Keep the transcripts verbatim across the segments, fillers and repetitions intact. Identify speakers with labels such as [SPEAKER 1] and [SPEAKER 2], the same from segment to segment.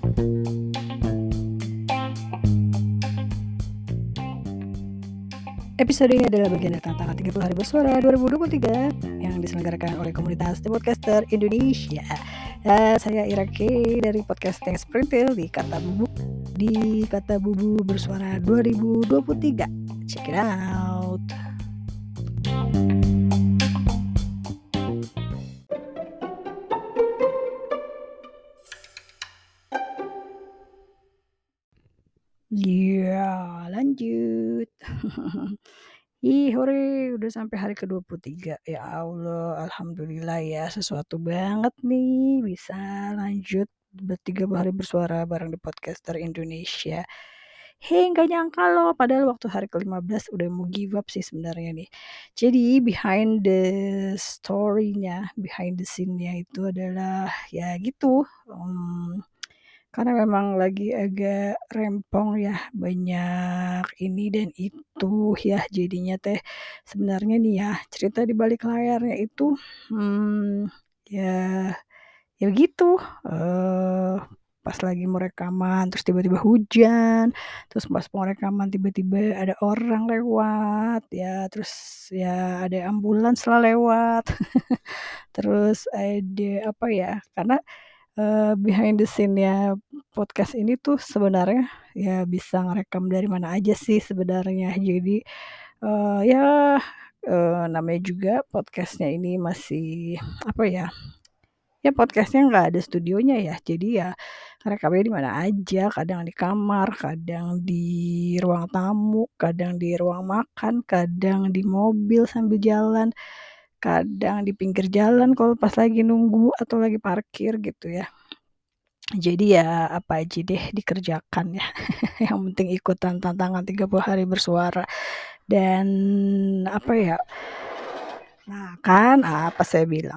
[SPEAKER 1] Episode ini adalah bagian dari tantangan tiga puluh hari bersuara dua ribu dua puluh tiga yang diselenggarakan oleh komunitas The Podcaster Indonesia. Uh, saya Ira K dari Podcasting Sprintil di Kata Bubu di Kata Bubu Bersuara dua ribu dua puluh tiga. Check it out. Ya, lanjut. Ih, hore, udah sampai hari ke dua puluh tiga. Ya Allah, alhamdulillah ya, sesuatu banget nih bisa lanjut bertiga hari bersuara bareng di Podcaster Indonesia. Hei, nggak nyangka loh, padahal waktu hari ke lima belas udah mau give up sih sebenarnya nih. Jadi behind the story-nya, behind the scene-nya itu adalah ya gitu. Um, karena memang lagi agak rempong ya, banyak ini dan itu ya, jadinya teh sebenarnya nih ya, cerita di balik layarnya itu, mmm, ya ya gitu, eee, pas lagi mau rekaman terus tiba-tiba hujan, terus pas mau rekaman tiba-tiba ada orang lewat ya, terus ya ada ambulans lah lewat, terus ada apa ya, karena Eee, behind the scene-nya podcast ini tuh sebenarnya ya bisa ngerekam dari mana aja sih sebenarnya. Jadi, eee, ya, eee, namanya juga podcast-nya ini masih apa ya, ya podcast-nya nggak ada studionya ya. Jadi ya ngerekamnya di mana aja, kadang di kamar, kadang di ruang tamu, kadang di ruang makan, kadang di mobil sambil jalan, kadang di pinggir jalan kalau pas lagi nunggu atau lagi parkir gitu ya. Jadi ya apa aja deh dikerjakan ya, yang penting ikutan tantangan tiga puluh hari bersuara dan apa ya, nah kan apa saya bilang,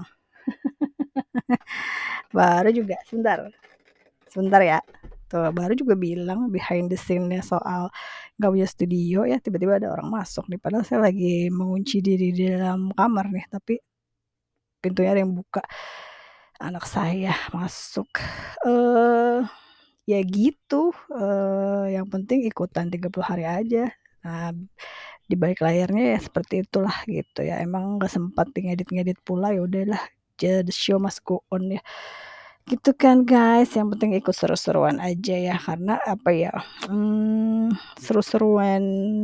[SPEAKER 1] baru juga sebentar, sebentar ya, tuh baru juga bilang behind the scene-nya soal nggak punya studio ya, tiba-tiba ada orang masuk nih, padahal saya lagi mengunci diri di dalam kamar nih, tapi pintunya ada yang buka, anak saya masuk, eee Ya gitu, eee, yang penting ikutan tiga puluh hari aja. Nah, di balik layarnya ya seperti itulah gitu ya, emang nggak sempat di ngedit-ngedit pula, ya udahlah, ja the show must go on ya. Gitu kan guys, yang penting ikut seru-seruan aja ya, karena apa ya, mmm, seru-seruan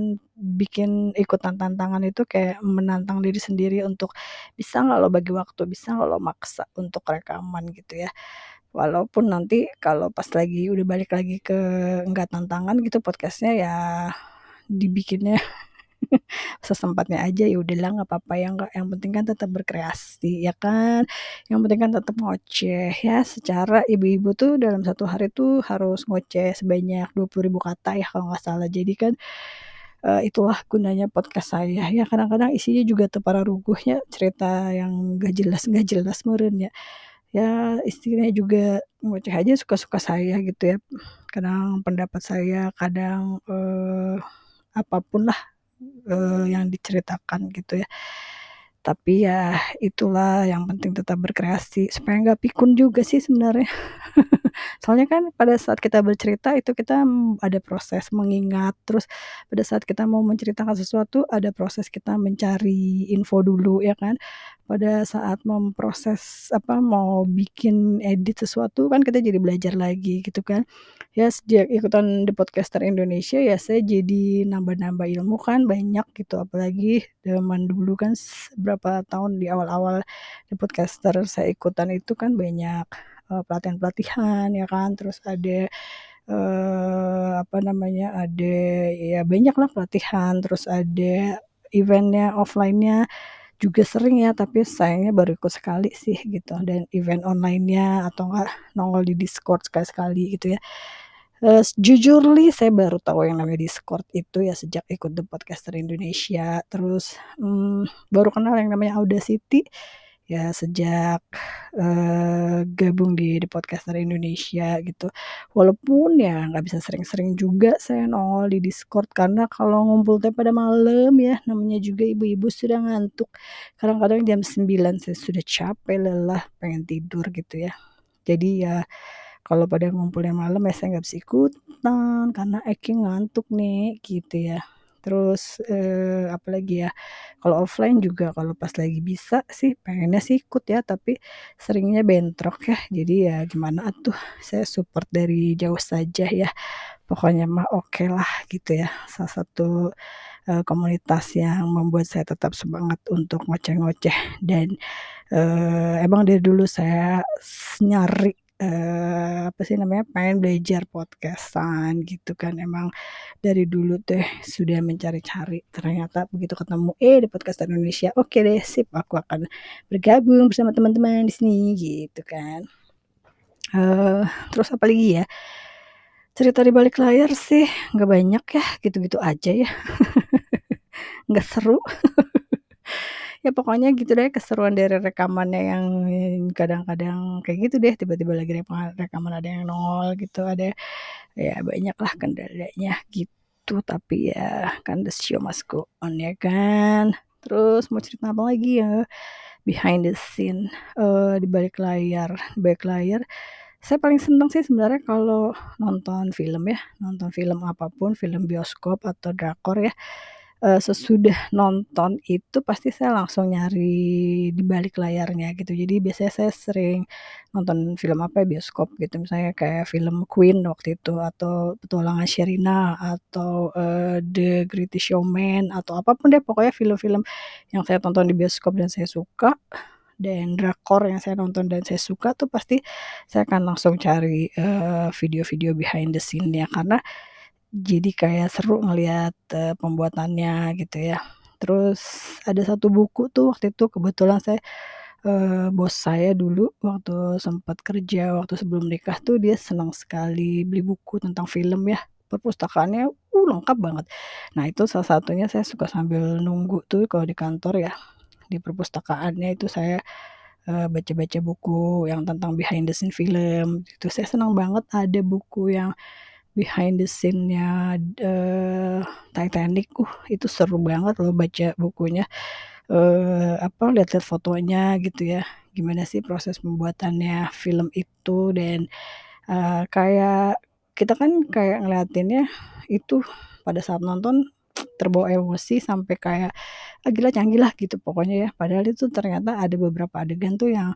[SPEAKER 1] bikin ikutan tantangan itu kayak menantang diri sendiri untuk, "Bisa nggak lo bagi waktu? Bisa nggak lo maksa untuk rekaman?" Gitu ya. Walaupun nanti kalau pas lagi udah balik lagi ke nggak tantangan gitu podcast-nya ya dibikinnya sesempatnya aja, ya udahlah nggak apa-apa ya, nggak, yang penting kan tetap berkreasi ya kan, yang penting kan tetap ngoceh ya, secara ibu-ibu tuh dalam satu hari tuh harus ngoceh sebanyak dua puluh ribu kata ya kalau nggak salah. Jadi kan, eee, itulah gunanya podcast saya ya, kadang-kadang isinya juga teu pararuguhnya, cerita yang nggak jelas nggak jelas meureun ya. Ya istilahnya juga ngoceh aja suka-suka saya gitu ya, kadang pendapat saya, kadang, eee, apa lah, eee, yang diceritakan gitu ya. Tapi ya itulah yang penting tetap berkreasi, supaya nggak pikun juga sih sebenarnya. Soalnya kan pada saat kita bercerita itu kita, mmm, ada proses mengingat, terus pada saat kita mau menceritakan sesuatu ada proses kita mencari info dulu ya kan. Pada saat memproses apa, mau bikin edit sesuatu kan kita jadi belajar lagi gitu kan. Ya sejak ikutan The Podcaster Indonesia ya saya jadi nambah-nambah ilmu kan banyak gitu, apalagi zaman dulu kan s berapa tahun di awal-awal The Podcaster saya ikutan itu kan banyak, eee, pelatihan-pelatihan ya kan, terus ada, eee, apa namanya, ada ya banyaklah pelatihan, terus ada event-nya, offline-nya juga sering ya, tapi sayangnya baru ikut sekali sih gitu, dan event online-nya atau enggak nongol di Discord sekali-sekali gitu ya. Eee, jujurly saya baru tahu yang namanya Discord itu ya sejak ikut The Podcaster Indonesia, terus, mmm, baru kenal yang namanya Audacity ya sejak, eee, gabung di The Podcaster Indonesia gitu. Walaupun ya nggak bisa sering-sering juga saya nongol di Discord, karena kalau ngumpul teh pada malam ya, namanya juga ibu-ibu sudah ngantuk. Kadang-kadang jam sembilan saya sudah capek, lelah, pengen tidur gitu ya. Jadi ya Kalau pada ngumpulnya malam ya saya nggak bisa ikutan karena Eki ngantuk nih gitu ya. Terus, eee, apalagi ya, kalau offline juga kalau pas lagi bisa sih pengennya sih ikut ya, tapi seringnya bentrok ya. Jadi ya gimana atuh, saya support dari jauh saja ya. Pokoknya mah oke lah gitu ya. Salah satu, eee, komunitas yang membuat saya tetap semangat untuk ngoceh-ngoceh dan, eee, emang dari dulu saya s nyari, eee, apa sih namanya, pengen belajar podcast-an gitu kan. Emang dari dulu teh sudah mencari-cari, ternyata begitu ketemu, eh di podcast Indonesia, oke deh sip aku akan bergabung bersama teman-teman di sini gitu kan. Eee, terus apalagi ya, cerita di balik layar sih nggak banyak ya, gitu-gitu aja ya, nggak seru. Ya pokoknya gitu deh keseruan dari rekamannya yang kadang-kadang kayak gitu deh, tiba-tiba lagi reka rekaman ada yang nongol gitu, ada ya banyaklah kendalanya gitu, tapi ya kan the show must go on ya kan. Terus mau cerita apa lagi ya, behind the scene, eee, di balik layar. Di balik layar, saya paling seneng sih sebenarnya kalau nonton film ya, nonton film apapun, film bioskop atau drakor ya. Eee, sesudah nonton itu pasti saya langsung nyari di balik layarnya gitu. Jadi biasanya saya sering nonton film apa ya, bioskop gitu, misalnya kayak film Queen waktu itu, atau Petualangan Sherina, atau, eee, The Greatest Showman, atau apapun deh pokoknya film-film yang saya tonton di bioskop dan saya suka, dan drakor yang saya nonton dan saya suka tuh pasti saya akan langsung cari, eee, video-video behind the scene-nya karena jadi kayak seru ngelihat, eee, pembuatannya gitu ya. Terus ada satu buku tuh waktu itu kebetulan saya, eee, bos saya dulu waktu sempat kerja, waktu sebelum nikah tuh dia senang sekali beli buku tentang film ya, perpustakaannya, uh, lengkap banget. Nah itu salah satunya saya suka sambil nunggu tuh kalau di kantor ya, di perpustakaannya itu saya, eee, baca-baca buku yang tentang behind the scene film, itu saya senang banget ada buku yang behind the scene-nya, eee, Titanic, uh itu seru banget loh baca bukunya, eee, apa, lihat-lihat fotonya gitu ya, gimana sih proses pembuatannya film itu dan, eee, kayak kita kan kayak ngeliatinnya itu pada saat nonton terbawa emosi sampai kayak, ah, gila canggih lah gitu pokoknya ya, padahal itu ternyata ada beberapa adegan tuh yang,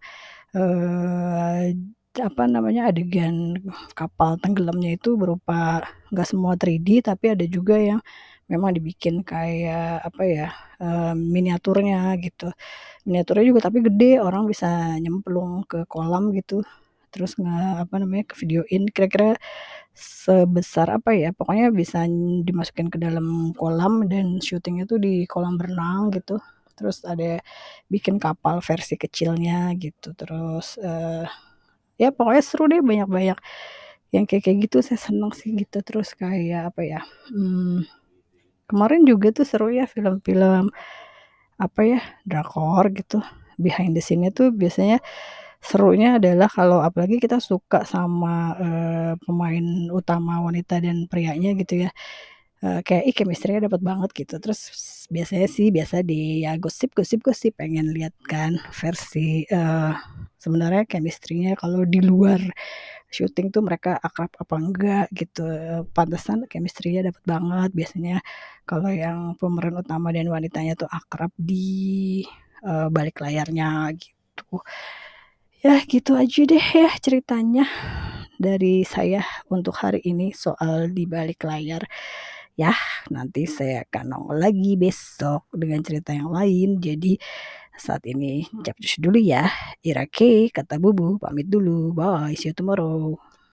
[SPEAKER 1] eee, apa namanya, adegan kapal tenggelamnya itu berupa nggak semua tiga D, tapi ada juga yang memang dibikin kayak apa ya, eee, miniaturnya gitu. Miniaturnya juga tapi gede, orang bisa nyemplung ke kolam gitu, terus nge apa namanya, kevideoin kira-kira sebesar apa ya, pokoknya bisa dimasukin ke dalam kolam dan syutingnya tuh di kolam berenang gitu. Terus ada bikin kapal versi kecilnya gitu, terus, eee, ya pokoknya seru deh banyak-banyak yang kayak-kayak gitu saya seneng sih gitu. Terus kayak apa ya, mmm, kemarin juga tuh seru ya film-film apa ya, drakor gitu, behind the scene-nya tuh biasanya serunya adalah kalau apalagi kita suka sama, eee, pemain utama wanita dan prianya gitu ya, eee, kayak, ih chemistry-nya dapet banget gitu. Terus biasanya sih, biasa di ya gosip gosip gosip, pengen lihat kan versi, eee, sebenarnya chemistry-nya kalau di luar syuting tuh mereka akrab apa enggak gitu, eee, pantesan chemistry-nya dapet banget biasanya kalau yang pemeran utama dan wanitanya tuh akrab di, eee, balik layarnya gitu. Ya gitu aja deh ya ceritanya dari saya untuk hari ini soal di balik layar. Yah, nanti saya akan nongol lagi besok dengan cerita yang lain. Jadi saat ini capcus dulu ya. Irake, kata Bubu, pamit dulu. Bye, see you tomorrow.